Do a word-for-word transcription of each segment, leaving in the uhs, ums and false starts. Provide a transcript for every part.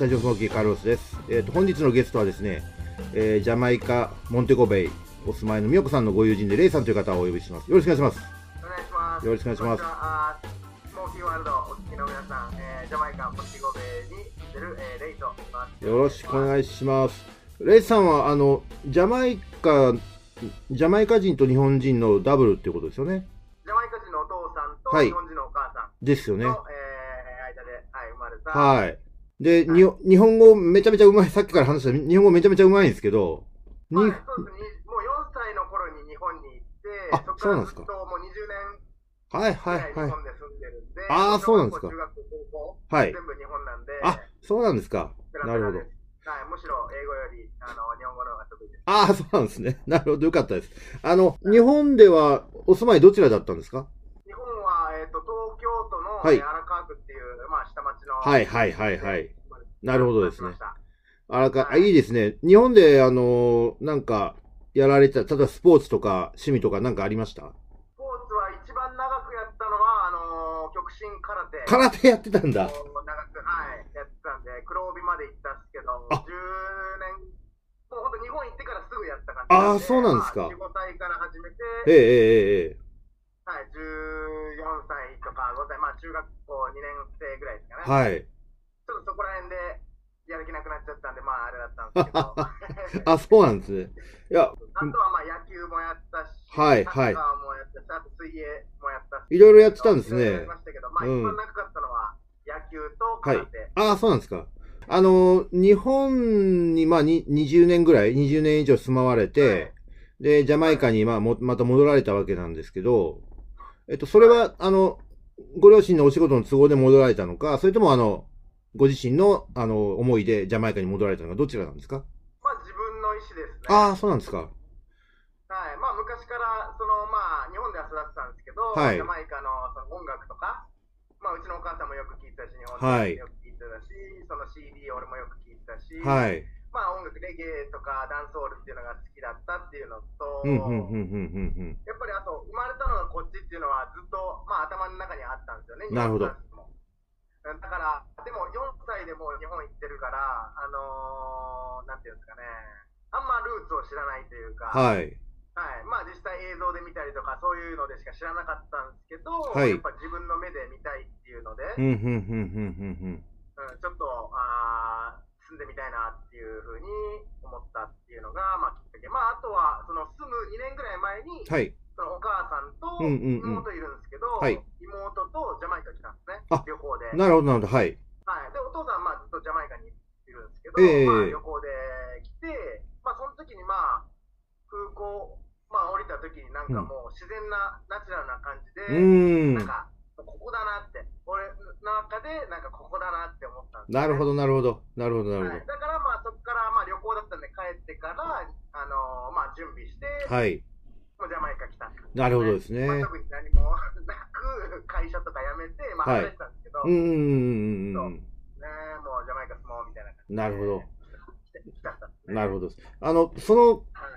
タジオスモーキーカルロスです。えっと、本日のゲストはですね、えー、ジャマイカ、モンテゴベイ、お住まいのみよこさんのご友人で、レイさんという方をお呼びします。よろしくお願いします。 お願いします。 よろしくお願いします。 スモーキーワールドお聞きの皆さん、えー、ジャマイカ、モンテゴベイに出る、えー、レイと言います。 よろしくお願いします。レイさんは、あの、ジャマイカ、ジャマイカ人と日本人のダブルっていうことですよね。 ジャマイカ人のお父さんと、 はい、 日本人のお母さんですよね。 の、えー、間で、はい、生まれた。 はい。で、はい、日本語めちゃめちゃうまい。さっきから話した日本語めちゃめちゃうまいんですけど。 まあ、そうですね。もうよんさいの頃に日本に行って、 あ、 そこからずっともうにじゅうねんはいはいはい。 日本で住んでるんで。 ああ、そうなんですか。 中学校、高校、 はい。 全部日本なんで。 あ、そうなんですか。なるほど。 はい、むしろ英語よりあの日本語の方が得意です。 ああ、そうなんですね。なるほど、よかったです。あの、日本ではお住まいどちらだったんですか？ 日本は、えっと、東京都の、 はい、 荒川区っていう、まあ、下町の。 はいはいはいはい。なるほどですね。荒川、はい、あ、いいですね。日本で、あの、なんか、やられてた、例えばスポーツとか趣味とかなんかありました？ スポーツは一番長くやったのは、あの、極真空手。 空手やってたんだ。 長く、はい、やってたんで、黒帯まで行ったんですけど、じゅうねん、もう本当日本行ってからすぐやった感じで。 ああ、そうなんですか。 まあ、よん、ごさいから始めて、 ええええええ。 はい、じゅうよんさいとかごさい、まあ中学校にねん生ぐらいですかね。 はい。 ちょっとそこら辺でやる気なくなっちゃったんで、まああれだったんですけど。 あ、そうなんですね。いや、 あとはまあ野球もやったし、 はいはい。 サッカーもやったし、あと水泳もやったし。 いろいろやってたんですね。 やりましたけど、まあ一番長かったのは野球と空手。 はい。ああ、そうなんですか。あの、日本にまあににじゅうねんぐらい、にじゅうねん以上住まわれて、はい、で、ジャマイカにまあもまた戻られたわけなんですけど、えっと、それは、あの、ご両親のお仕事の都合で戻られたのか、それともあの、ご自身の、あの、思いでジャマイカに戻られたのか、どちらなんですか？ まあ自分の意思ですね。 ああ、そうなんですか。 はい。まあ昔から、その、まあ日本では育ってたんですけど、 はい、 ジャマイカのその音楽とか、まあうちのお母さんもよく聴いてたし、日本でよく聴いてたし、はい、その シーディー 俺もよく聴いてたし、 はい。 まあ音楽、レゲエとかダンスホールっていうのが好きだったっていうのと、 うんうんうんうんうん、 やっぱりあと生まれたのがこっちっていうのはずっと、まあ頭の中にあったんですよね。 なるほど。 だから、でもよんさいでもう日本行ってるから、あのー、なんていうんですかね、あんまルーツを知らないというか、 はい。 はい。まあ実際映像で見たりとか、そういうのでしか知らなかったんですけど、 はい、 やっぱ自分の目で見たいっていうので、 うんうんうんうんうんうん、 ちょっと、あ住んでみたいなっていうふうに思ったっていうのが、まあきっかけ。まああとは、その住むにねんぐらい前に、 はい、 そのお母さんと妹いるんですけど、 うんうんうん、はい、 妹とジャマイカ来たんですね、旅行で。 なるほど、なるほど、はい。 はい、で、お父さんはまあずっとジャマイカにいるんですけど、 えー、 まあ、旅行で来て、まあその時にまあ、空港、まあ降りた時になんかもう自然な、うん、ナチュラルな感じで、 うんなんか、ここだなって、俺の中でなんかここだなって思ったんです、 ね、なるほど、なるほど、なるほど、なるほど。 はい、だからまあそこからまあ旅行だったんで帰ってから、あのー、まあ準備して、 はい。 もうジャマイカ来た、ね。 なるほどですね。 まあ、特に何もなく、会社とか辞めて、まあ働いてたんですけど、はい、うんうんうんうん。ねもうジャマイカ住もうみたいな感じで。 なるほど。 ね、 なるほど。あの、その、はい、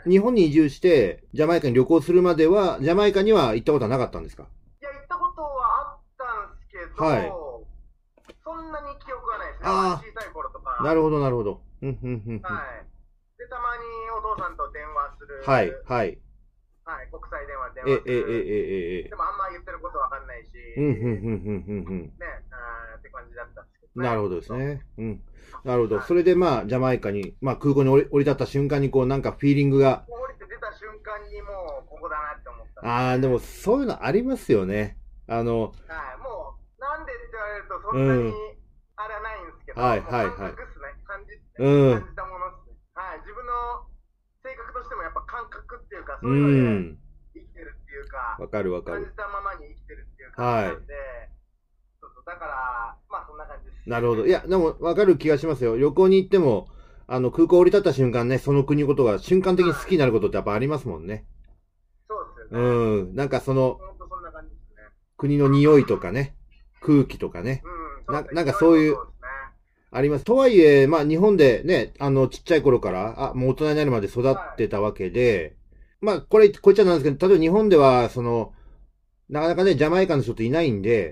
日本に移住して、ジャマイカに旅行するまでは、ジャマイカには行ったことはなかったんですか？ いや、行ったことはあったんですけど、はい、そんなに記憶はないですね。あ小さい頃とか。 なるほど、なるほど。うん、うん、うん。 はい。で、たまにお父さんと電話する。 はい、はい。 はい、国際電話で電話する。 え、え、え、え、え、え。 でもあんま言ってることわかんないし。 うん、うん、うん、うん、うん。ね、 あって感じだったんですけど、ね。 なるほどですね。うん。なるほど。それでまあ、ジャマイカに、まあ空港に降り降り立った瞬間にこうなんかフィーリングが。 降りて出た瞬間にもうここだなって思った。 ああ、でもそういうのありますよね。あの。 はい、もう、なんでって言われるとそんなにあれはないんですけど、うん、はいはいはい。感覚っすね。感じ、うん、感じたものっすね。はい、自分の性格としてもやっぱ感覚っていうか、そういうので生きてるっていうか、 わかるわかる。 感じたままに生きてるっていう感じなんで、はいだから、まあそんな感じです。 なるほど。いや、でも分かる気がしますよ。旅行に行っても、あの、空港降り立った瞬間ね、その国のことが瞬間的に好きになることってやっぱありますもんね。 そうですよね。うん。なんかその、 本当そんな感じですね。 国の匂いとかね、空気とかね。うん、ななんかそういう、あります。とはいえ、まあ日本でね、あの、ちっちゃい頃から、あ、もう大人になるまで育ってたわけで、はい、まあこれ、こっちはなんですけど、例えば日本では、その、なかなかね、ジャマイカの人っていないんで、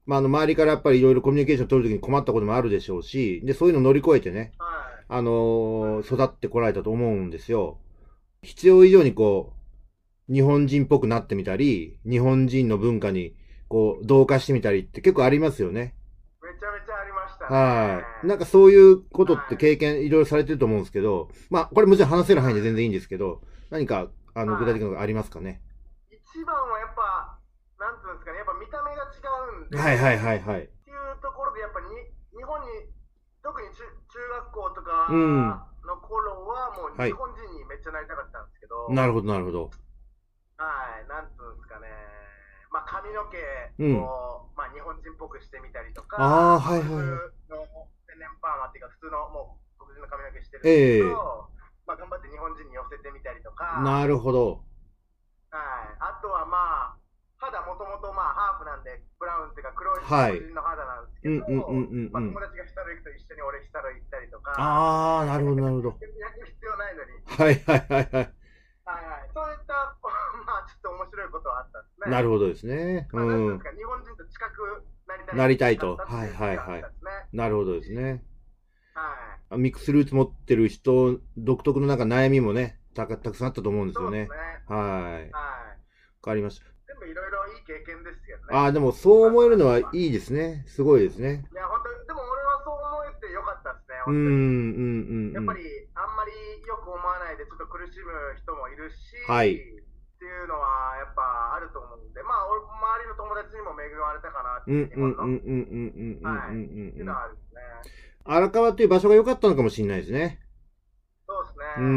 まあ、あの、周りからやっぱりいろいろコミュニケーション取るときに困ったこともあるでしょうし、で、そういうのを乗り越えてね、 はい。 あのー育ってこられたと思うんですよ。必要以上にこう、日本人っぽくなってみたり、日本人の文化にこう、同化してみたりって結構ありますよね。 めちゃめちゃありましたはい。なんね。 かそういうことってはい。 経験いろいろされてると思うんですけど、まあ、これもちろん話せる範囲で全は然いいんですけど、何か、あい。 の、具体的なはのがありますかね。 い。一番はやっぱ、なんつうんですかね、やっぱ見た目が違うんで、 はいはいはいはい。 っていうところでやっぱに、日本に、特に中中学校とうん。 かの頃はもうはい。 日本人にめっちゃなりたかったんですけど、 なるほどなるほど。 はい、なんつうんですかね、まあ、髪の毛うん。 を、まあ、日本人っぽくしてみたりとああ、 か、まあ、普通はいはいはい。 の天然パーマっていうか、普通のもう黒人の髪の毛してるんですけええ、 ど、まあ、頑張って日本人に寄せてみたりとか、 なるほど。 はい、あとはまあ、肌もともとまあハーフなんで、ブラウンっていうか黒いはい。 黒人の肌なんですけど、 うんうんうんうんうまあ、 ん。 友達が日サロ行くと一緒に俺日サロ行ったりとか、 ああ、なるほどなるほど。 別に焼く必要ないのに、 はいはいはいはい。 はいはい、そういったまあちょっと面白いことはあったんですね。 なるほどですね。うまあ、なんていうんでん。 すか、日本人と近くなりたいなりたいと。 かったってはいいう時はあっはいはい。 たんですね。 なるほどですね。 はい。 ミックスルーツ持ってる人独特のなんか悩みもね、たかたくさんあったと思うんですよね。 そうですね。 はい。わはい。 かりました。 全部いろいろいい経験ですけどね。 ああ、でもそう今と思えるのはいなっては。 いですね。すごいですね。 いや、本当に、でも俺はそう思えてよかったですね、 うーん、 本当に。 うん、うん、 やっぱり、 うん。 あんまりよく思わないで、ちょっと苦しむ人もいるし、 はい。 っていうのはやっぱあると思うんで、まあ、俺周りの友達にも恵まれたかなっうん、うん、 ていう、 うん、うん、 日本の。 うん、うん、うん、うん、 はい。っていううん。うん。 のはあるんですね。 荒川っていう場所が良かったのかもしれないですね。 そうですね。 うん、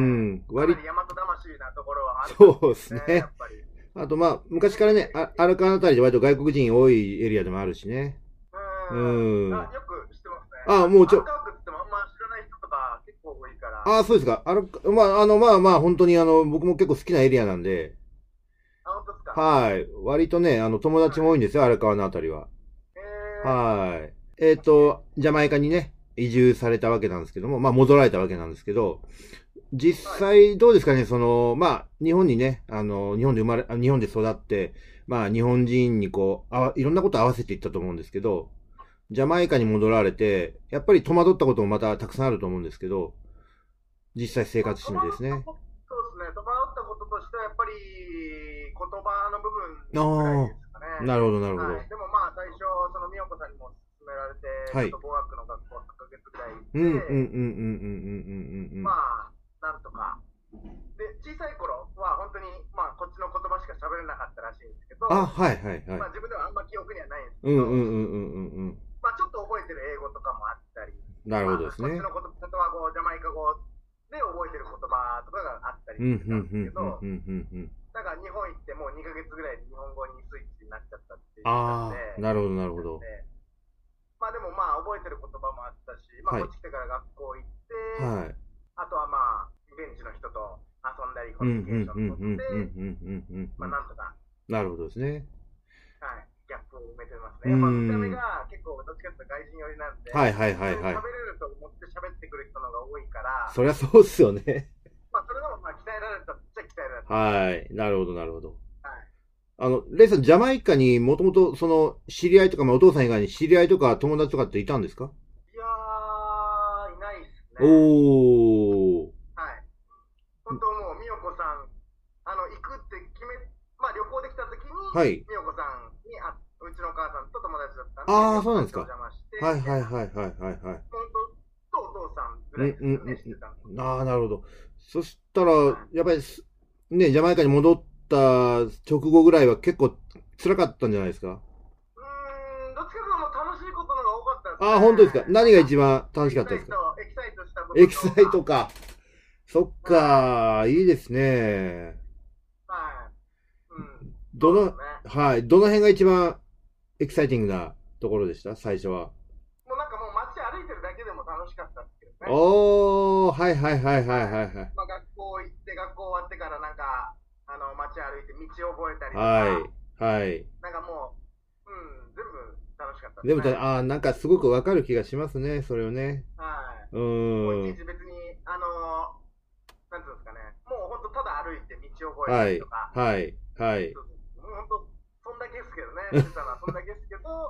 かなり割、 大和魂なところはあったんそうでですね、やすね。 っぱり。 あと、まあ、昔からね、あ荒川あたりで割と外国人多いエリアでもあるしね。 ううん。あ、 ん。 よく知ってますね。 ああ、 あ、 もうちょ、 荒川区って言ってもあんま知らない人とか結構多いから。 ああ、そうですか。あら、まあ、あの、まあまあ、本当にあの、僕も結構好きなエリアなんで、 あ、本当ですか。 はい。割とね、あの、友達も多いんはい。 ですよ、荒川のあたりは。 えー、 はい。えっと、ジャマイカにね、移住されたわけなんですけども、まあ、戻られたわけなんですけど、実はい。 際どうですかね、その、まあ、日本にね、あの、日本で生まれ、あ日本で育って、まあ、日本人にこう、あわ、いろんなこと合わせていったと思うんですけど、ジャマイカに戻られて、やっぱり戸惑ったこともまたたくさんあると思うんですけど、実際生まあ、 活して戸みてですね。 惑ったこと、そうですね、戸惑ったこととしては、やっぱり言葉の部分ぐらいああ、 ですかね。 なるほど、なるほど。 はい。でもまあ、最初、その美代子さんにも勧められて、 はい。 ちょっと語学の学校さんかげつぐらい行っうん、うん、うん、うん、うん、 て、 うん、うん、うん。 まあ、なんとか。で、小さい頃は本当に、まあ、こっちの言葉しか喋れなかったらしいんですけあ、 ど、 はい、はい、はい。 まあ、自分ではあんま記憶にはないんですうん、うん、 けど、 うん、うん、うん。うん。 まあ、ちょっと覚えてる英語とかもあったり、 なるほまあ、 どですね。 こっちのこと言葉語、ジャマイカ語で覚えてる言葉とかがあったりうん、うん、 してたんですけうん、うん、 ど、 うん、うん。うん。 だから日本行ってもうにかげつぐらいで日本語にスイッチになっちゃったって言ってたんで、 ああ、なるほど、なるほど。 なんで、まあでもまあ覚えてる言葉もあったし、まあはい。 こっち来てから学校行って、 はい。 あとはまあ、現地の人と遊んだりコうん、うミュニケーシん、うん、うん、 ョン取って、 うん、うん、うん、うん。うまあん。 なんとか、 なるほどですね。 はい、ギャップを埋めてますうーね。やっぱ見た目ん。 が結構どっちかっていうと外人寄りなんで、 はい、はい、はい、 普通にはい。 喋れると思って喋ってくる人の方が多いから、 そりゃそうっすよね。 まあそれでもまあ鍛えられたっちゃ鍛えられたんですね。 はい。なるほど、なるほど。 はい。 あの、レイさん、ジャマイカにもともと、その、知り合いとか、まあ、お父さん以外に知り合いとか友達とかっていたんですか？ いやー、いないっすね。 おー。 はい。本当もう、美代子さん、あの、行くって決め、まあ旅行できた時に、 はい。 美代子さんにあ、うちのお母さんと友達だったんで、美ああ、 代子さんちおそうなんですか。 邪魔して、 はいみたいな。 はいはいはいはいはい。 本当、とお父さんぐうんうらいですかね、知ってんたの。 うん。ああ、なるほど。そしたら、 はい。 やっぱりす、ね、ジャマイカに戻った直後ぐらいは結構辛かったんじゃないですか？ うーん、どっちかというともう楽しいことのが多かったですね。 ああ、本当ですか。何がなんか、 一番楽しエキかったですか？ サイト、エキサイトした部分エキサの方が。 イトか。そっはい。 か、いいですね。 はい。うん。 どの、 そうですね。 はい、どの辺が一番エキサイティングなところでした最初は？ もうなんかもう街歩いてるだけでも楽しかったですけどね。 おー、はいはいはいはいはい。 はいはい。 まあ学校行って、学校終わってからなんか、あの、街歩いて道を覚えたりとか、 はい、はい。 なんかもう、うん、全部楽しかったででもた、 すね。 あー、なんかすごくわかる気がしますね、それをね。 はい。 うもういーん。 ちいち別に、あのなんていうんですかね、もう本当ただ歩いて道を覚えたはい、 りとか、 はい、はい。 そうそうもう本当、そんだけですけどね、してたのはそんだけですけど、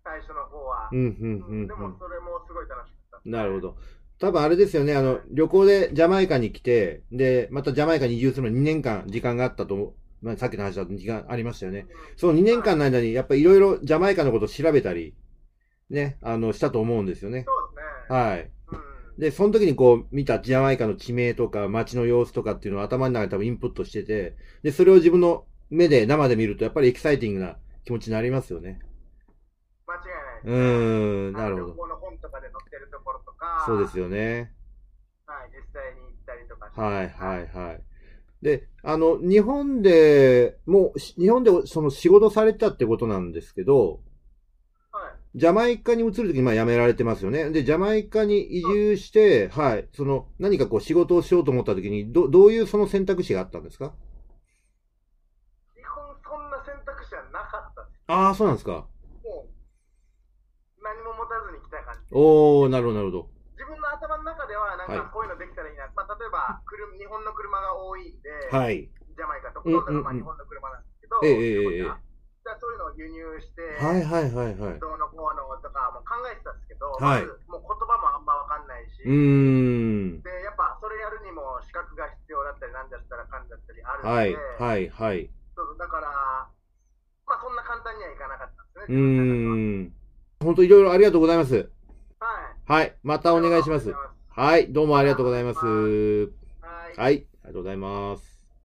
最初の方は。 うん、うん、うん。 でもそれもすごい楽しかった。 なるほど。多分あれですよね、あの、旅行でジャマイカに来て、で、またジャマイカに移住するのににねんかん時間があったと、まあ、さっきの話だと時間ありましたよね。そのにねんかんの間に、やっぱりいろいろジャマイカのことを調べたり、ね、あの、したと思うんですよね。 そうですね。 はい。で、その時にこう、見たジャマイカの地名とか街の様子とかっていうのを頭の中で多分インプットしてて、で、それを自分の目で生で見ると、やっぱりエキサイティングな気持ちになりますよね。 間違いないですね。うーん、なるほど。 旅行の本とかで載ってるところとか。 そうですよね。 はい、実際に行ったりとかして。 はい、はい、はい。で、あの、日本で、もう、日本でその仕事されてたってことなんですけど、 はい、 ジャマイカに移るときにまあ辞められてますよね。で、ジャマイカに移住して、はい、その、何かこう仕事をしようと思ったときに、ど、どういうその選択肢があったんですか？ 基本そんな選択肢はなかったです。 ああ、そうなんですか。もう、何も持たずに来た感じ。 おー、なるほど、なるほど。 自分の頭の中では、なんかこういうのできたらいいな。はい、まあ、例えば、日本の車が多いんで、 はい。 ジャマイカとほとんどがまあ日本の車なんですけど、 ええええ。 そういうのを輸入して、 はいはいはいはい。 どうのこうのとかも考えてたんですけど、 はい、 まずもう言葉もあんま分かんないし、 うーん。 で、やっぱそれやるにも資格が必要だったり、なんだったらかんだったりあるのはいで、 はいはい。 そうだから、まあそんな簡単にはいかなかったですね。 うーん。本当いろいろありがとうございます。 はい。 はい。またお願いします。はい。どうもありがとうございます。はい。 はい。 ありがとうございます。